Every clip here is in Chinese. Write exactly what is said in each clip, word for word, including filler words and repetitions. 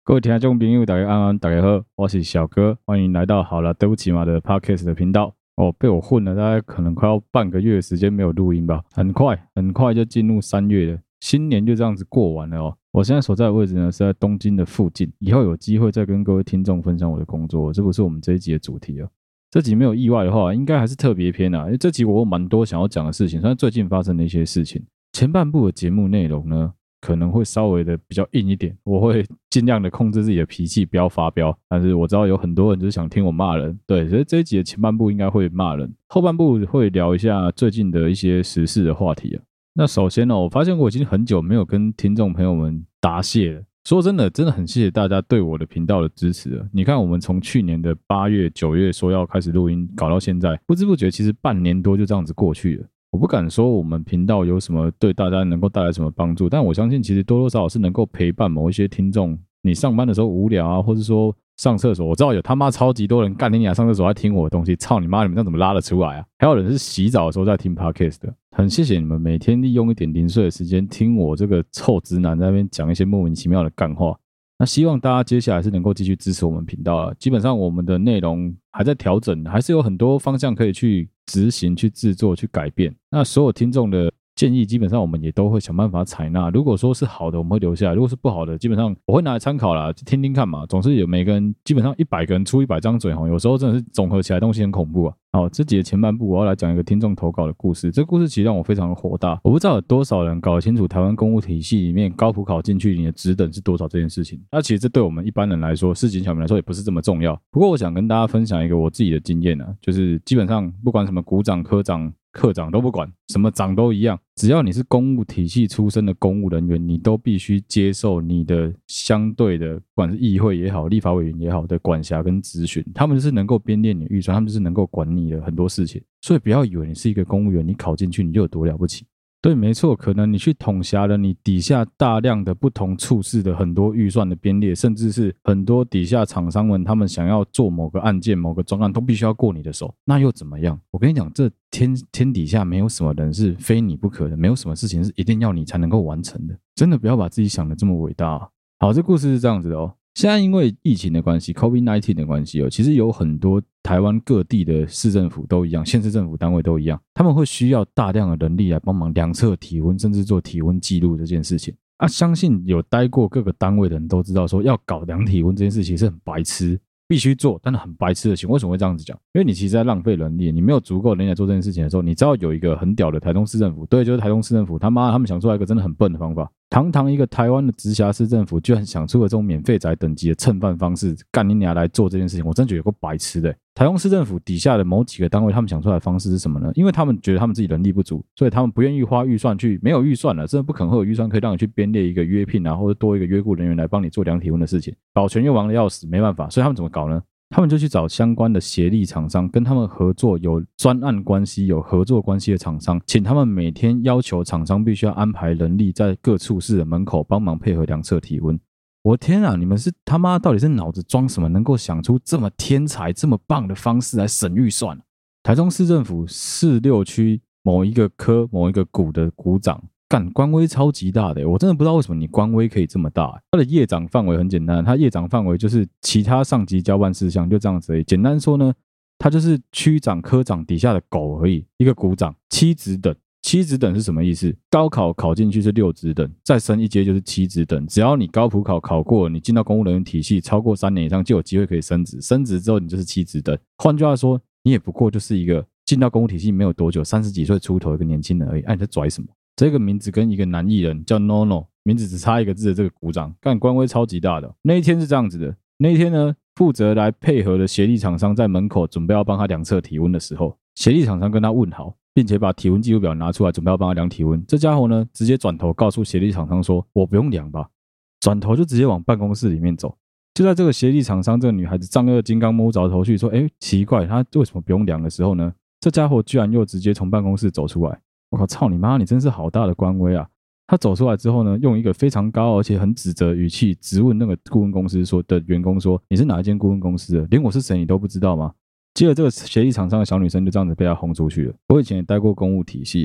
各位听众朋友，大家安安，大家好，我是小哥，欢迎来到好了，对不起嘛的 Podcast 的频道。哦，被我混了，大概可能快要半个月的时间没有录音吧，很快很快就进入三月了，新年就这样子过完了哦。我现在所在的位置呢是在东京的附近，以后有机会再跟各位听众分享我的工作，这不是我们这一集的主题哦。这集没有意外的话，应该还是特别篇啊，因为这集我有蛮多想要讲的事情，算最近发生的一些事情。前半部的节目内容呢，可能会稍微的比较硬一点，我会尽量的控制自己的脾气，不要发飙。但是我知道有很多人就是想听我骂人，对，所以这一集的前半部应该会骂人，后半部会聊一下最近的一些时事的话题啊。那首先呢，我发现我已经很久没有跟听众朋友们答谢了。说真的，真的很谢谢大家对我的频道的支持了。你看，我们从去年的八月、九月说要开始录音，搞到现在，不知不觉其实半年多就这样子过去了。我不敢说我们频道有什么对大家能够带来什么帮助，但我相信其实多多少少是能够陪伴某一些听众。你上班的时候无聊啊，或是说上厕所，我知道有他妈超级多人干你娘上厕所在听我的东西，操你妈，你们这样怎么拉得出来啊？还有人是洗澡的时候在听 podcast 的，很谢谢你们每天利用一点零碎的时间听我这个臭直男在那边讲一些莫名其妙的干话。那希望大家接下来是能够继续支持我们频道啊。基本上我们的内容还在调整，还是有很多方向可以去执行、去制作、去改变。那所有听众的建议基本上我们也都会想办法采纳，如果说是好的我们会留下来，如果是不好的基本上我会拿来参考啦，听听看嘛。总是有每个人基本上一百个人出一百张嘴，有时候真的是总合起来东西很恐怖啊。好，这集的前半部我要来讲一个听众投稿的故事，这个故事其实让我非常的火大。我不知道有多少人搞得清楚台湾公务体系里面高普考进去你的职等是多少这件事情，那其实这对我们一般人来说，市井小民来说也不是这么重要。不过我想跟大家分享一个我自己的经验啊，就是基本上不管什么股长、科长、课长都不管，什么长都一样，只要你是公务体系出身的公务人员，你都必须接受你的相对的，不管是议会也好、立法委员也好的管辖跟咨询，他们就是能够编列你的预算，他们就是能够管你的很多事情。所以不要以为你是一个公务员，你考进去你就有多了不起。对，没错，可能你去统辖了你底下大量的不同处室的很多预算的编列，甚至是很多底下厂商们他们想要做某个案件、某个专案，都必须要过你的手，那又怎么样？我跟你讲，这天天底下没有什么人是非你不可的，没有什么事情是一定要你才能够完成的。真的不要把自己想得这么伟大啊。好，这故事是这样子的哦。现在因为疫情的关系 ，COVID 十九 的关系哦，其实有很多台湾各地的市政府都一样，县市政府单位都一样，他们会需要大量的人力来帮忙量测体温，甚至做体温记录这件事情。啊，相信有待过各个单位的人都知道，说要搞量体温这件事情是很白痴，必须做，但是很白痴的行为。为什么会这样子讲？因为你其实在浪费人力，你没有足够的人来做这件事情的时候，你知道有一个很屌的台中市政府，对，就是台中市政府，他妈他们想出来一个真的很笨的方法。堂堂一个台湾的直辖市政府居然想出了这种免费仔等级的蹭饭方式，干你娘来做这件事情，我真觉得有个白痴的。台中市政府底下的某几个单位，他们想出来的方式是什么呢？因为他们觉得他们自己人力不足，所以他们不愿意花预算去，没有预算了，真的不可能会有预算可以让你去编列一个约聘啊，或者多一个约雇人员来帮你做量体温的事情，保全又忙得要死，没办法，所以他们怎么搞呢？他们就去找相关的协力厂商，跟他们合作有专案关系、有合作关系的厂商，请他们每天要求厂商必须要安排人力在各处室的门口帮忙配合量测体温。我天啊，你们是他妈到底是脑子装什么，能够想出这么天才、这么棒的方式来省预算？台中市政府市六区某一个科某一个股的股长，干官威超级大的，我真的不知道为什么你官威可以这么大。他的业长范围很简单，他业长范围就是其他上级交办事项，就这样子而已。简单说呢，他就是区长、科长底下的狗而已，一个股长，七职等。七职等是什么意思？高考考进去是六职等，再升一阶就是七职等。只要你高普考考过，你进到公务人员体系超过三年以上，就有机会可以升职。升职之后，你就是七职等。换句话说，你也不过就是一个进到公务体系没有多久，三十几岁出头一个年轻人而已。哎、啊，你在拽什么？这个名字跟一个男艺人叫 NONO， 名字只差一个字的这个股长，干官威超级大的。那一天是这样子的，那一天呢，负责来配合的协力厂商在门口准备要帮他量测体温的时候，协力厂商跟他问好，并且把体温记录表拿出来，准备要帮他量体温。这家伙呢，直接转头告诉协力厂商说：“我不用量吧。”转头就直接往办公室里面走。就在这个协力厂商这个女孩子丈二金刚摸着头绪说：“哎，奇怪，她为什么不用量的时候呢？”这家伙居然又直接从办公室走出来。我靠，操你妈！你真是好大的官威啊！他走出来之后呢，用一个非常高而且很指责语气质问那个顾问公司说的员工说：“你是哪一间顾问公司的？连我是谁你都不知道吗？”接着这个协力厂商的小女生就这样子被他轰出去了。我以前也待过公务体系，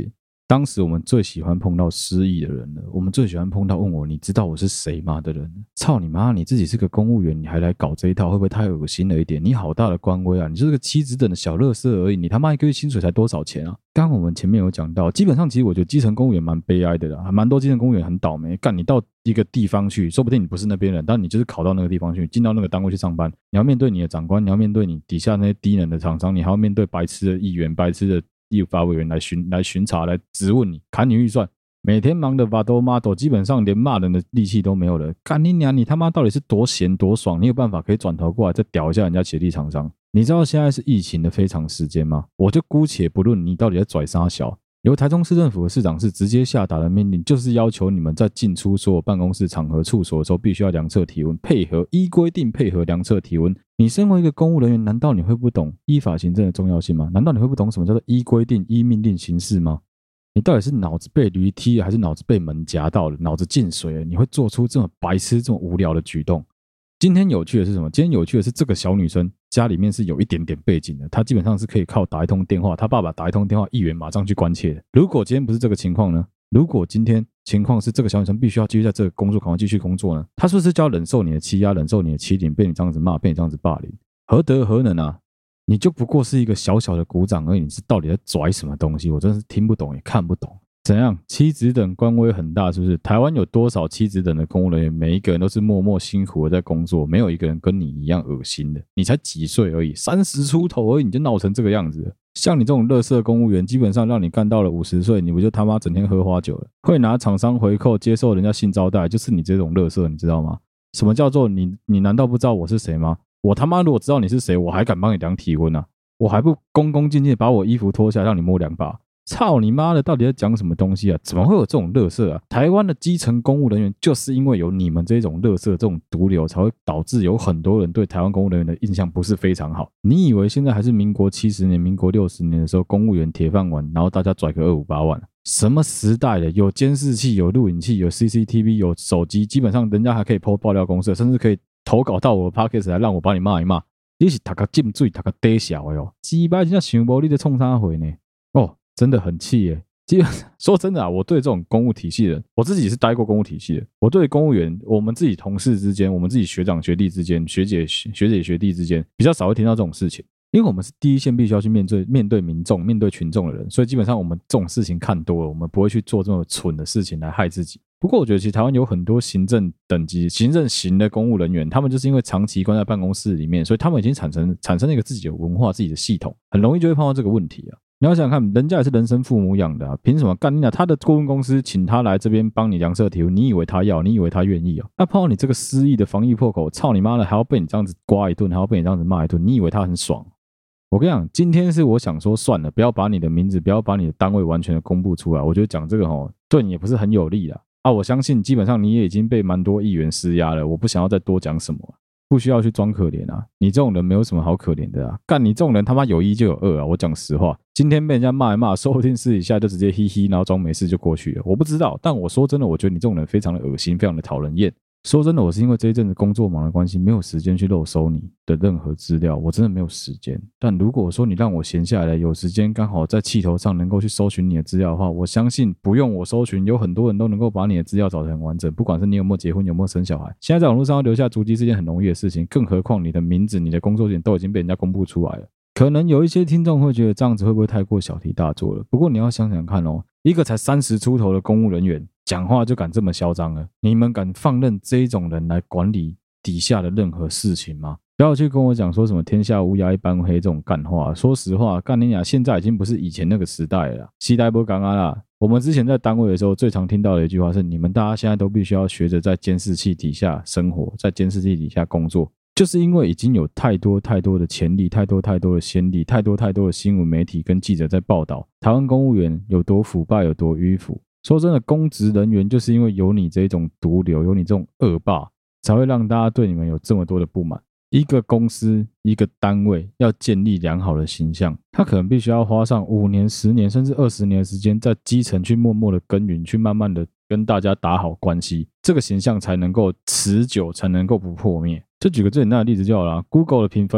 当时我们最喜欢碰到失忆的人了，我们最喜欢碰到问我你知道我是谁吗的人。操你妈，你自己是个公务员，你还来搞这一套，会不会太恶心了一点？你好大的官威啊，你就是个七职等的小垃圾而已，你他妈一个月薪水才多少钱啊？刚刚我们前面有讲到，基本上其实我觉得基层公务员蛮悲哀的啦，还蛮多基层公务员很倒霉。干，你到一个地方去，说不定你不是那边人，但你就是考到那个地方去，进到那个单位去上班，你要面对你的长官，你要面对你底下那些低能的厂商，你还要面对白痴的议员、白痴的立法委员来巡来巡查、来质问你、砍你预算，每天忙得巴多妈斗，基本上连骂人的力气都没有了。干你娘！你他妈到底是多闲多爽？你有办法可以转头过来再屌一下人家协力厂商？你知道现在是疫情的非常时间吗？我就姑且不论你到底在拽啥小，由台中市政府的市长是直接下达的命令，就是要求你们在进出所有办公室、场合、处所的时候，必须要量测体温，配合依规定配合量测体温。你身为一个公务人员，难道你会不懂依法行政的重要性吗？难道你会不懂什么叫做依规定、依命令行事吗？你到底是脑子被驴踢了，还是脑子被门夹到了，脑子进水了？你会做出这么白痴、这么无聊的举动？今天有趣的是什么？今天有趣的是这个小女生家里面是有一点点背景的，她基本上是可以靠打一通电话，她爸爸打一通电话，议员马上去关切的。如果今天不是这个情况呢？如果今天情况是这个小女生必须要继续在这个工作岗位继续工作呢？她是不是就要忍受你的欺压，忍受你的欺凌，被你这样子骂，被你这样子霸凌？何德何能啊？你就不过是一个小小的股长而已，你是到底在拽什么东西？我真的是听不懂也看不懂。怎样？七职等官威很大，是不是？台湾有多少七职等的公务人员？每一个人都是默默辛苦的在工作，没有一个人跟你一样恶心的。你才几岁而已，三十出头而已，你就闹成这个样子了。像你这种垃圾公务员，基本上让你干到了五十岁，你不就他妈整天喝花酒了？会拿厂商回扣，接受人家性招待，就是你这种垃圾，你知道吗？什么叫做你？你难道不知道我是谁吗？我他妈如果知道你是谁，我还敢帮你量体温啊？我还不恭恭敬敬把我衣服脱下让你摸两把？操你妈的，到底在讲什么东西啊？怎么会有这种垃圾啊？台湾的基层公务人员就是因为有你们这种垃圾、这种毒瘤，才会导致有很多人对台湾公务人员的印象不是非常好。你以为现在还是民国七十年、民国六十年的时候，公务员铁饭碗，然后大家拽个二五八万？什么时代的？有监视器、有录影器、有 C C T V、有手机，基本上人家还可以 po 爆料公社，甚至可以投稿到我的 podcast 来让我把你骂一骂。你是读个浸水、读个短小的哟，鸡巴真的想无你在冲啥回呢？哦。真的很气耶！基本上说真的啊，我对这种公务体系的，我自己是待过公务体系的，我对公务员，我们自己同事之间，我们自己学长学弟之间，学姐学姐学弟之间，比较少会听到这种事情，因为我们是第一线必须要去面对面对民众、面对群众的人，所以基本上我们这种事情看多了，我们不会去做这么蠢的事情来害自己。不过我觉得其实台湾有很多行政等级、行政型的公务人员，他们就是因为长期关在办公室里面，所以他们已经产生产生了一个自己的文化、自己的系统，很容易就会碰到这个问题啊。你要想想看，人家也是人生父母养的啊，凭什么干你啊？他的顾问公司请他来这边帮你量测体温，你以为他要？你以为他愿意啊？那碰到你这个失意的防疫破口，操你妈的，还要被你这样子刮一顿，还要被你这样子骂一顿，你以为他很爽？我跟你讲，今天是我想说算了，不要把你的名字，不要把你的单位完全的公布出来。我觉得讲这个齁，对你也不是很有利啦。啊，我相信基本上你也已经被蛮多议员施压了，我不想要再多讲什么。不需要去装可怜啊！你这种人没有什么好可怜的啊！干你这种人他妈有一就有二啊！我讲实话，今天被人家骂一骂，说不定私底下就直接嘻嘻，然后装没事就过去了。我不知道，但我说真的，我觉得你这种人非常的恶心，非常的讨人厌。说真的，我是因为这一阵子工作忙的关系，没有时间去漏收你的任何资料，我真的没有时间。但如果说你让我闲下来，有时间刚好在气头上能够去搜寻你的资料的话，我相信不用我搜寻，有很多人都能够把你的资料找得很完整。不管是你有没有结婚，有没有生小孩，现在在网络上要留下足迹是件很容易的事情，更何况你的名字、你的工作地点都已经被人家公布出来了。可能有一些听众会觉得这样子会不会太过小题大做了？不过你要想想看哦，一个才三十出头的公务人员，讲话就敢这么嚣张了，你们敢放任这一种人来管理底下的任何事情吗？不要去跟我讲说什么天下乌鸦一般黑这种干话。说实话，干你俩现在已经不是以前那个时代了啦，时代不刚刚啦。我们之前在单位的时候，最常听到的一句话是：你们大家现在都必须要学着在监视器底下生活，在监视器底下工作。就是因为已经有太多太多的潜力，太多太多的先例，太多太多的新闻媒体跟记者在报道台湾公务员有多腐败，有多迂腐。说真的，公职人员就是因为有你这种毒瘤，有你这种恶霸，才会让大家对你们有这么多的不满。一个公司、一个单位要建立良好的形象，他可能必须要花上五年、十年甚至二十年的时间，在基层去默默的耕耘，去慢慢的跟大家打好关系，这个形象才能够持久，才能够不破灭。就举个最简单的例子就好了， Google 的评分啊，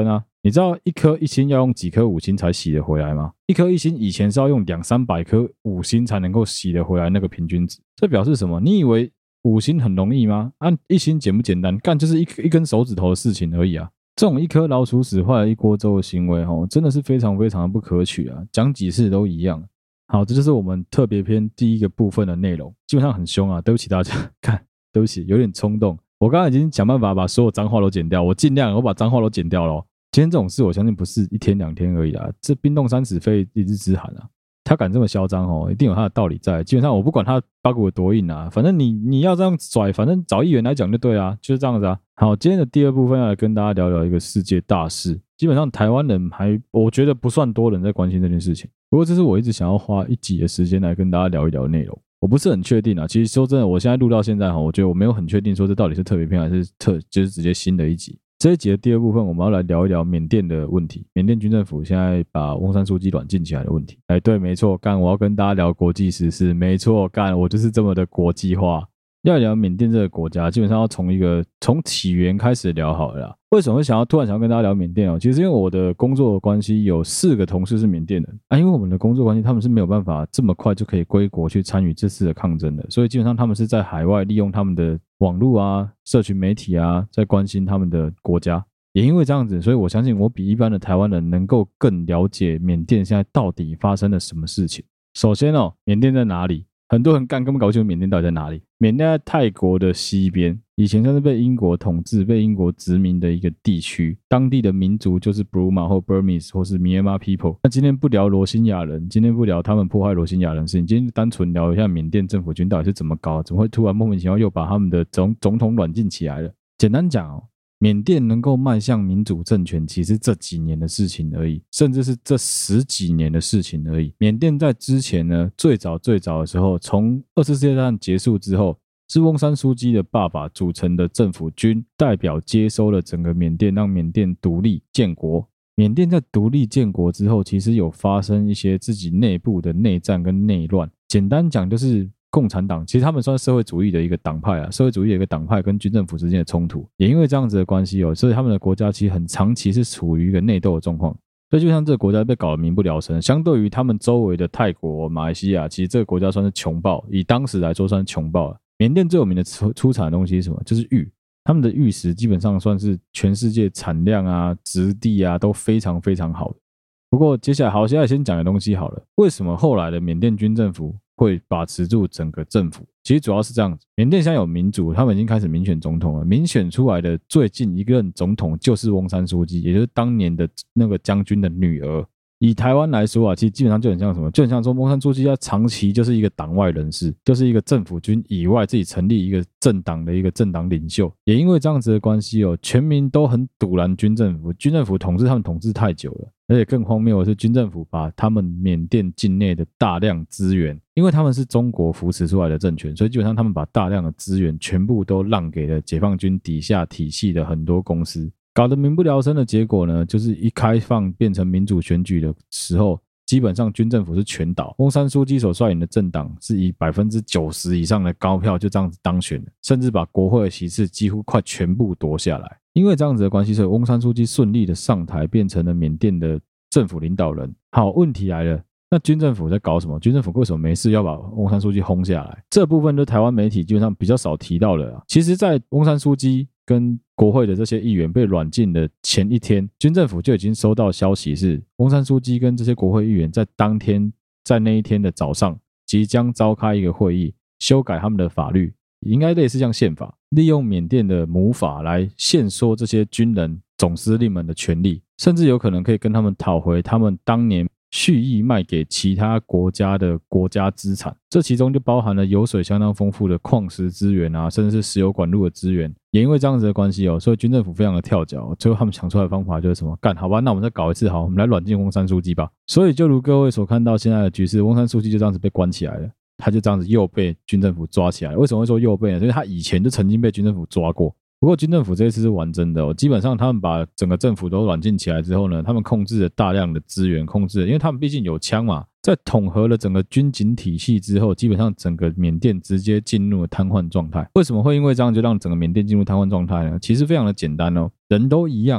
你知道一颗一星要用几颗五星才洗得回来吗？一颗一星以前是要用两三百颗五星才能够洗得回来那个平均值，这表示什么？你以为五星很容易吗？按、啊、一星简不简单？干就是一一根手指头的事情而已啊！这种一颗老鼠屎坏了一锅粥的行为哦，真的是非常非常的不可取啊！讲几次都一样。好，这就是我们特别篇第一个部分的内容，基本上很凶啊，对不起大家，看，对不起，有点冲动。我刚刚已经想办法把所有脏话都剪掉，我尽量我把脏话都剪掉了。今天这种事，我相信不是一天两天而已啦，这冰冻三尺非一日之寒啊！他敢这么嚣张哦，一定有他的道理在。基本上我不管他八股有多硬啊，反正你你要这样甩，反正找议员来讲就对啊，就是这样子啊。好，今天的第二部分要来跟大家聊聊一个世界大事。基本上台湾人还我觉得不算多人在关心这件事情，不过这是我一直想要花一集的时间来跟大家聊一聊的内容。我不是很确定啊，其实说真的，我现在录到现在哈，我觉得我没有很确定说这到底是特别篇还是特就是直接新的一集。这一集的第二部分，我们要来聊一聊缅甸的问题，缅甸军政府现在把翁山书记软禁起来的问题。哎，对，没错，干，我要跟大家聊国际时事，没错，干，我就是这么的国际化。要聊缅甸这个国家，基本上要从一个从起源开始聊好了啦。为什么会想要突然想要跟大家聊缅甸哦？其实因为我的工作关系，有四个同事是缅甸人啊。因为我们的工作关系，他们是没有办法这么快就可以归国去参与这次的抗争的，所以基本上他们是在海外利用他们的网络啊、社群媒体啊，在关心他们的国家。也因为这样子，所以我相信我比一般的台湾人能够更了解缅甸现在到底发生了什么事情。首先哦，缅甸在哪里？很多人干根本搞不清楚缅甸到底在哪里。缅甸在泰国的西边，以前算是被英国统治、被英国殖民的一个地区，当地的民族就是 Burma 或 Burmese 或是 Myanmar people。那今天不聊罗兴亚人，今天不聊他们迫害罗兴亚人的事情，今天单纯聊一下缅甸政府军到底是怎么搞，怎么会突然莫名其妙又把他们的总总统软禁起来了。简单讲哦，缅甸能够迈向民主政权，其实这几年的事情而已，甚至是这十几年的事情而已。缅甸在之前呢，最早最早的时候，从二次世界大战结束之后，是翁山书记的爸爸组成的政府军代表接收了整个缅甸，让缅甸独立建国。缅甸在独立建国之后，其实有发生一些自己内部的内战跟内乱。简单讲就是共产党其实他们算是社会主义的一个党派啊，社会主义的一个党派跟军政府之间的冲突，也因为这样子的关系哦，所以他们的国家其实很长期是处于一个内斗的状况。所以就像这个国家被搞得民不聊生，相对于他们周围的泰国、马来西亚，其实这个国家算是穷爆，以当时来说算是穷爆了。缅甸最有名的出产的东西是什么？就是玉。他们的玉石基本上算是全世界产量啊、质地啊都非常非常好的。不过接下来好，现在先讲的东西好了。为什么后来的缅甸军政府会把持住整个政府？其实主要是这样子，缅甸现在有民主，他们已经开始民选总统了。民选出来的最近一任总统就是翁山书记，也就是当年的那个将军的女儿。以台湾来说啊，其实基本上就很像什么，就很像说翁山书记他长期就是一个党外人士，就是一个政府军以外自己成立一个政党的一个政党领袖。也因为这样子的关系哦，全民都很堵拦军政府，军政府统治他们统治太久了。而且更荒谬的是，军政府把他们缅甸境内的大量资源，因为他们是中国扶持出来的政权，所以基本上他们把大量的资源全部都让给了解放军底下体系的很多公司。搞得民不聊生的结果呢，就是一开放变成民主选举的时候，基本上军政府是全倒。翁山书记所率领的政党是以 百分之九十 以上的高票就这样子当选了，甚至把国会的席次几乎快全部夺下来。因为这样子的关系，所以翁山书记顺利的上台，变成了缅甸的政府领导人。好，问题来了，那军政府在搞什么？军政府为什么没事要把翁山书记轰下来？这部分就台湾媒体基本上比较少提到了啊。其实在翁山书记跟国会的这些议员被软禁的前一天，军政府就已经收到消息，是翁山书记跟这些国会议员在当天在那一天的早上即将召开一个会议，修改他们的法律，应该类似像宪法，利用缅甸的母法来限缩这些军人总司令们的权利，甚至有可能可以跟他们讨回他们当年蓄意卖给其他国家的国家资产。这其中就包含了油水相当丰富的矿石资源啊，甚至是石油管路的资源。也因为这样子的关系哦，所以军政府非常的跳脚，最后他们想出来的方法就是什么？干，好吧，那我们再搞一次，好，我们来软禁翁山书记吧。所以就如各位所看到现在的局势，翁山书记就这样子被关起来了，他就这样子又被军政府抓起来了。为什么会说又被呢？因为他以前就曾经被军政府抓过。不过军政府这一次是玩真的哦，基本上他们把整个政府都软禁起来之后呢，他们控制了大量的资源，控制了，因为他们毕竟有枪嘛，在统合了整个军警体系之后，基本上整个缅甸直接进入了瘫痪状态。为什么会因为这样就让整个缅甸进入瘫痪状态呢？其实非常的简单哦，人都一样啦。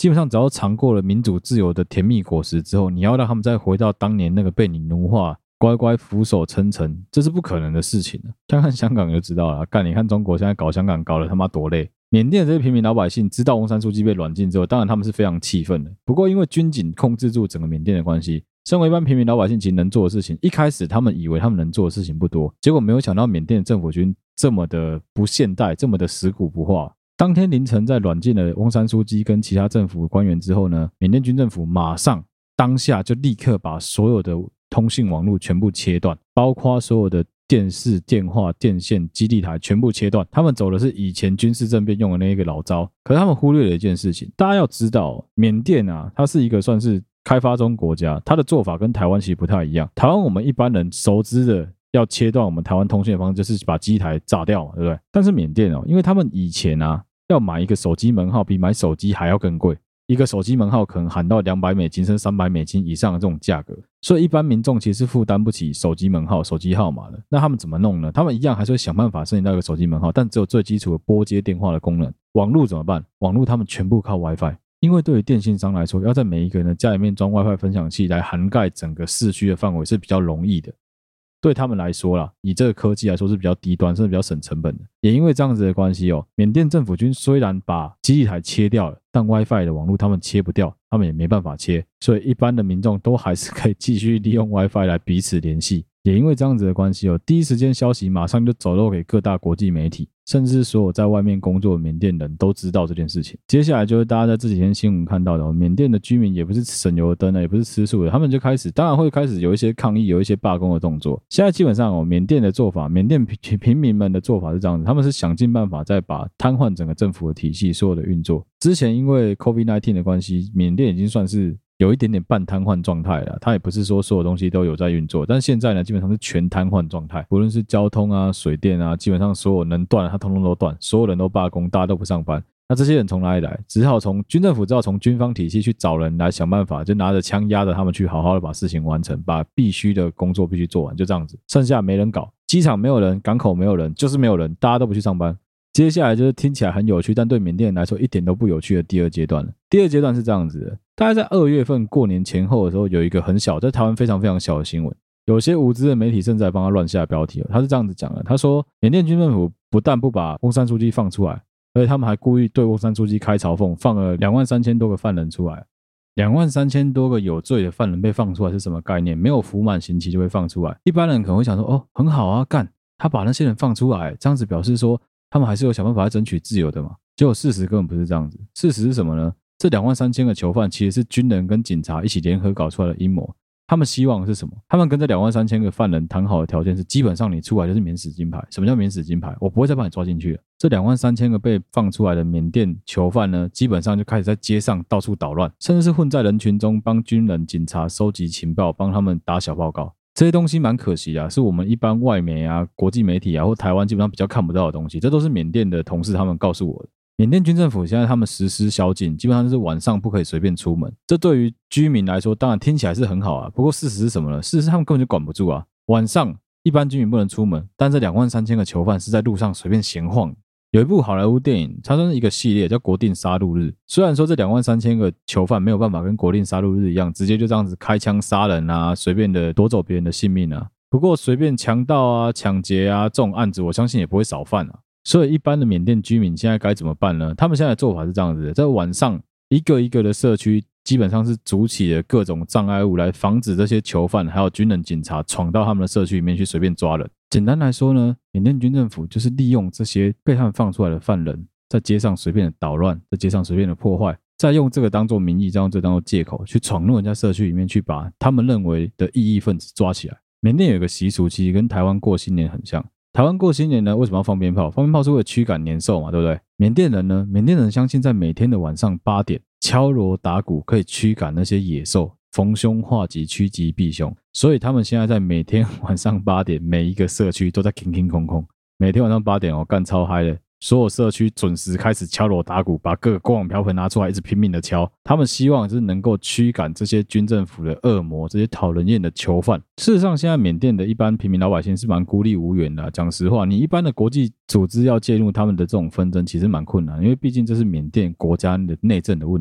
基本上只要尝过了民主自由的甜蜜果实之后，你要让他们再回到当年那个被你奴化乖乖俯首称臣，这是不可能的事情。看看香港就知道了，干你看中国现在搞香港搞得他妈多累。缅甸这些平民老百姓知道翁山书记被软禁之后，当然他们是非常气愤的。不过因为军警控制住整个缅甸的关系，身为一般平民老百姓其实能做的事情，一开始他们以为他们能做的事情不多，结果没有想到缅甸的政府军这么的不现代，这么的食古不化。当天凌晨在软禁了翁山书记跟其他政府官员之后呢，缅甸军政府马上当下就立刻把所有的通信网络全部切断，包括所有的电视、电话、电线、基地台全部切断。他们走的是以前军事政变用的那一个老招，可是他们忽略了一件事情。大家要知道，缅甸啊，它是一个算是开发中国家，它的做法跟台湾其实不太一样。台湾我们一般人熟知的要切断我们台湾通讯的方式，就是把基台炸掉嘛，对不对？但是缅甸哦，因为他们以前啊，要买一个手机门号比买手机还要更贵。一个手机门号可能喊到两百美金甚至三百美金以上的这种价格，所以一般民众其实负担不起手机门号、手机号码的。那他们怎么弄呢？他们一样还是会想办法申请到一个手机门号，但只有最基础的拨接电话的功能。网络怎么办？网络他们全部靠 WiFi， 因为对于电信商来说，要在每一个人的家里面装 WiFi 分享器来涵盖整个市区的范围是比较容易的。对他们来说啦，以这个科技来说是比较低端，甚至比较省成本的。也因为这样子的关系哦，缅甸政府军虽然把基地台切掉了，但 WiFi 的网络他们切不掉，他们也没办法切，所以一般的民众都还是可以继续利用 WiFi 来彼此联系。也因为这样子的关系哦，第一时间消息马上就走漏给各大国际媒体，甚至所有在外面工作的缅甸人都知道这件事情。接下来就是大家在这几天新闻看到的哦，缅甸的居民也不是省油灯的，也不是吃素的，他们就开始，当然会开始有一些抗议，有一些罢工的动作。现在基本上哦，缅甸的做法，缅甸平民们的做法是这样子，他们是想尽办法在把瘫痪整个政府的体系所有的运作。之前因为 COVID 十九 的关系，缅甸已经算是有一点点半瘫痪状态了，它也不是说所有东西都有在运作，但现在呢，基本上是全瘫痪状态，不论是交通啊、水电啊，基本上所有能断的它通通都断，所有人都罢工，大家都不上班。那这些人从哪里来？只好从军政府只好从军方体系去找人来想办法，就拿着枪压着他们去好好的把事情完成，把必须的工作必须做完，就这样子，剩下没人搞，机场没有人，港口没有人，就是没有人，大家都不去上班。接下来就是听起来很有趣，但对缅甸人来说一点都不有趣的第二阶段了。第二阶段是这样子的，大概在二月份过年前后的时候，有一个很小，在台湾非常非常小的新闻，有些无知的媒体甚至还帮他乱下标题了。他是这样子讲的，他说缅甸军政府不但不把翁山书记放出来，而且他们还故意对翁山书记开嘲讽，放了两万三千多个犯人出来。两万三千多个有罪的犯人被放出来是什么概念？没有服满刑期就会放出来。一般人可能会想说，哦，很好啊，干，他把那些人放出来，这样子表示说他们还是有想办法来争取自由的嘛？结果事实根本不是这样子。事实是什么呢？这两万三千个囚犯其实是军人跟警察一起联合搞出来的阴谋。他们希望是什么？他们跟这两万三千个犯人谈好的条件是，基本上你出来就是免死金牌。什么叫免死金牌？我不会再把你抓进去了。这两万三千个被放出来的缅甸囚犯呢，基本上就开始在街上到处捣乱，甚至是混在人群中帮军人、警察收集情报，帮他们打小报告。这些东西蛮可惜的，是我们一般外媒啊、国际媒体啊或台湾基本上比较看不到的东西。这都是缅甸的同事他们告诉我的。缅甸军政府现在他们实施宵禁，基本上就是晚上不可以随便出门。这对于居民来说当然听起来是很好啊，不过事实是什么呢？事实是他们根本就管不住啊。晚上一般居民不能出门，但这两万三千个囚犯是在路上随便闲晃。有一部好莱坞电影，它算是一个系列，叫《国定杀戮日》。虽然说这两万三千个囚犯没有办法跟《国定杀戮日》一样，直接就这样子开枪杀人啊，随便的夺走别人的性命啊。不过随便强盗啊、抢劫啊这种案子，我相信也不会少犯啊。所以一般的缅甸居民现在该怎么办呢？他们现在的做法是这样子的，在晚上一个一个的社区基本上是筑起了各种障碍物来防止这些囚犯还有军人警察闯到他们的社区里面去随便抓人。简单来说呢，缅甸军政府就是利用这些被他们放出来的犯人，在街上随便的捣乱，在街上随便的破坏，再用这个当做名义，再用这当做借口去闯入人家社区里面去把他们认为的异议分子抓起来。缅甸有一个习俗其实跟台湾过新年很像。台湾过新年呢，为什么要放鞭炮？放鞭炮是为了驱赶年兽嘛，对不对？缅甸人呢，缅甸人相信在每天的晚上八点敲锣打鼓可以驱赶那些野兽，逢凶化吉，趋吉避凶。所以他们现在在每天晚上八点，每一个社区都在空空空空。每天晚上八点哦，干超嗨的。所有社区准时开始敲锣打鼓，把各个锅碗瓢盆拿出来，一直拼命的敲。他们希望是能够驱赶这些军政府的恶魔，这些讨人厌的囚犯。事实上，现在缅甸的一般平民老百姓是蛮孤立无援的啊。讲实话，你一般的国际组织要介入他们的这种纷争，其实蛮困难，因为毕竟这是缅甸国家的内政的问题。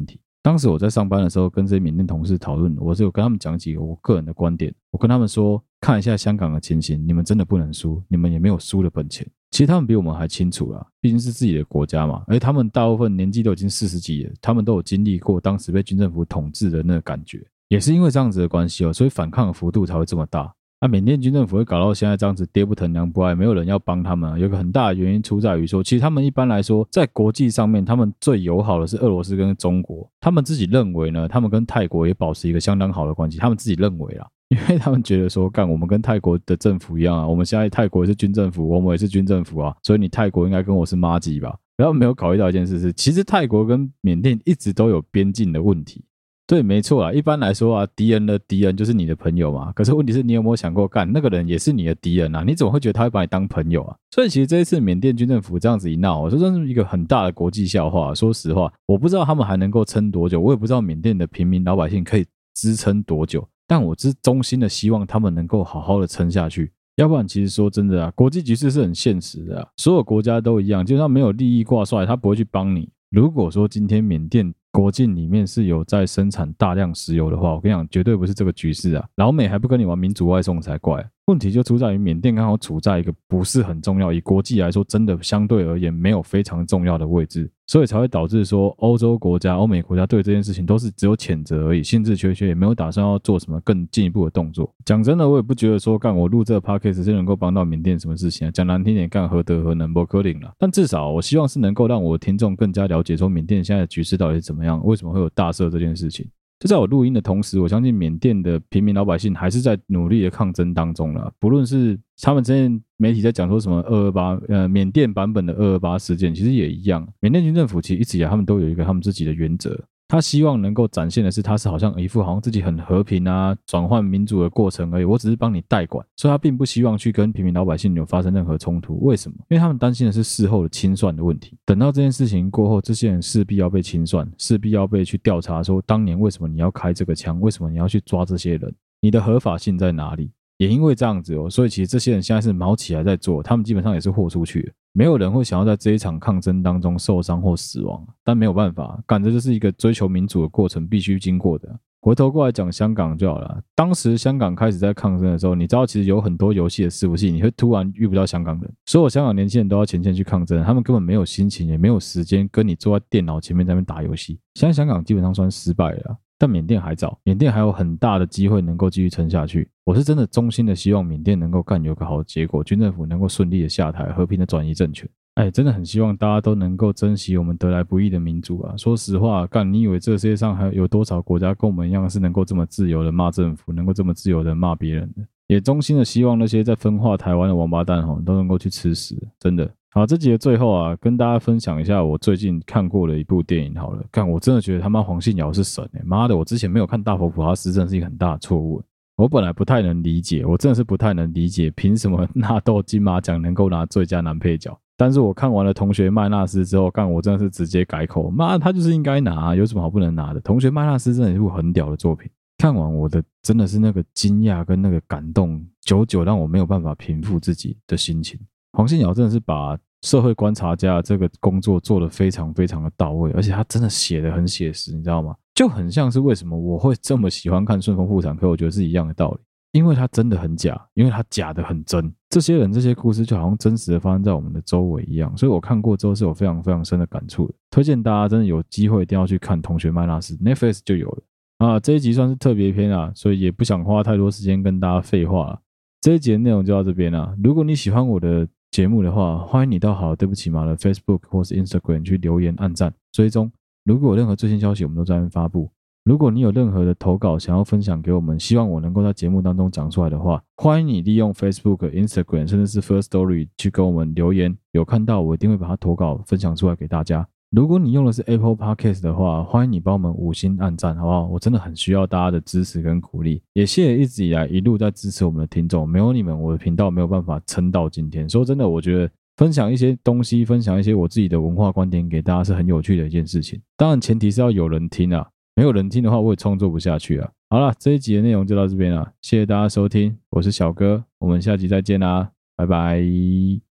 当时我在上班的时候，跟这些缅甸同事讨论，我是有跟他们讲几个我个人的观点。我跟他们说，看一下香港的情形，你们真的不能输，你们也没有输的本钱。其实他们比我们还清楚啦，毕竟是自己的国家嘛，而且他们大部分年纪都已经四十几了，他们都有经历过当时被军政府统治的那个感觉。也是因为这样子的关系哦，所以反抗的幅度才会这么大。那、啊、缅甸军政府会搞到现在这样子爹不疼娘不爱，没有人要帮他们、啊。有个很大的原因出在于说，其实他们一般来说在国际上面，他们最友好的是俄罗斯跟中国。他们自己认为呢，他们跟泰国也保持一个相当好的关系。他们自己认为啦，因为他们觉得说，干我们跟泰国的政府一样啊，我们现在泰国也是军政府，我们也是军政府啊，所以你泰国应该跟我是麻吉吧？然后没有考虑到一件事是，其实泰国跟缅甸一直都有边境的问题。对，没错啊。一般来说啊，敌人的敌人就是你的朋友嘛。可是问题是你有没有想过，干那个人也是你的敌人啊？你怎么会觉得他会把你当朋友啊？所以其实这一次缅甸军政府这样子一闹，这真是一个很大的国际笑话。说实话，我不知道他们还能够撑多久，我也不知道缅甸的平民老百姓可以支撑多久。但我是衷心的希望他们能够好好的撑下去。要不然其实说真的啊，国际局势是很现实的啊，所有国家都一样，基本上没有利益挂帅，他不会去帮你。如果说今天缅甸国境里面是有在生产大量石油的话，我跟你讲，绝对不是这个局势啊！老美还不跟你玩民主外送才怪。问题就出在于缅甸刚好处在一个不是很重要，以国际来说真的相对而言没有非常重要的位置，所以才会导致说欧洲国家、欧美国家对这件事情都是只有谴责而已，兴致缺缺，也没有打算要做什么更进一步的动作。讲真的，我也不觉得说干我录这个 podcast 是能够帮到缅甸什么事情啊，讲难听点，干何德何能，不可能啦。但至少我希望是能够让我的听众更加了解说缅甸现在的局势到底是怎么样，为什么会有大赦这件事情。就在我录音的同时，我相信缅甸的平民老百姓还是在努力的抗争当中了。不论是他们之前媒体在讲说什么二二八，呃，缅甸版本的二二八事件，其实也一样。缅甸军政府其实一直以来他们都有一个他们自己的原则。他希望能够展现的是，他是好像一副好像自己很和平啊，转换民主的过程而已。我只是帮你代管，所以他并不希望去跟平民老百姓有发生任何冲突。为什么？因为他们担心的是事后的清算的问题。等到这件事情过后，这些人势必要被清算，势必要被去调查，说当年为什么你要开这个枪，为什么你要去抓这些人，你的合法性在哪里？也因为这样子哦，所以其实这些人现在是毛起来在做，他们基本上也是豁出去了。没有人会想要在这一场抗争当中受伤或死亡，但没有办法，干这就是一个追求民主的过程必须经过的。回头过来讲香港就好了。当时香港开始在抗争的时候，你知道其实有很多游戏的伺服器，你会突然遇不到香港人，所有香港年轻人都要前线去抗争，他们根本没有心情，也没有时间跟你坐在电脑前面在那边打游戏。现在香港基本上算失败了啦。但缅甸还早，缅甸还有很大的机会能够继续撑下去。我是真的衷心的希望缅甸能够干有个好的结果，军政府能够顺利的下台，和平的转移政权。哎，真的很希望大家都能够珍惜我们得来不易的民主啊！说实话，干你以为这个世界上还有多少国家跟我们一样是能够这么自由的骂政府，能够这么自由的骂别人的？也衷心的希望那些在分化台湾的王八蛋吼都能够去吃屎，真的。好，这集的最后啊，跟大家分享一下我最近看过的一部电影好了。干，我真的觉得他妈黄信尧是神欸！妈的，我之前没有看大佛普拉斯，真的是一个很大的错误。我本来不太能理解，我真的是不太能理解，凭什么纳豆金马奖能够拿最佳男配角？但是我看完了《同学麦纳斯》之后，干我真的是直接改口，妈，他就是应该拿，有什么好不能拿的？《同学麦纳斯》真的是一部很屌的作品。看完我的真的是那个惊讶跟那个感动，久久让我没有办法平复自己的心情。黄信尧真的是把社会观察家这个工作做得非常非常的到位，而且他真的写得很写实，你知道吗？就很像是为什么我会这么喜欢看《顺丰妇产科》，我觉得是一样的道理。因为它真的很假，因为它假的很真。这些人这些故事就好像真实的发生在我们的周围一样，所以我看过之后是有非常非常深的感触的。推荐大家真的有机会一定要去看《同学麦纳斯》 ，Netflix 就有了。啊，这一集算是特别篇啊，所以也不想花太多时间跟大家废话了。这一集的内容就到这边啦。如果你喜欢我的节目的话，欢迎你到好了对不起嘛的 Facebook 或是 Instagram 去留言、按赞、追踪。如果有任何最新消息，我们都在那边发布。如果你有任何的投稿想要分享给我们，希望我能够在节目当中讲出来的话，欢迎你利用 Facebook、Instagram 甚至是 First Story 去跟我们留言，有看到我一定会把它投稿分享出来给大家。如果你用的是 Apple Podcast 的话，欢迎你帮我们五星按赞，好不好？我真的很需要大家的支持跟鼓励，也谢谢一直以来一路在支持我们的听众，没有你们，我的频道没有办法撑到今天。说真的，我觉得分享一些东西，分享一些我自己的文化观点给大家是很有趣的一件事情，当然前提是要有人听啊，没有人听的话我也创作不下去啊。好啦，这一集的内容就到这边啦，谢谢大家收听，我是小哥，我们下集再见啦，拜拜。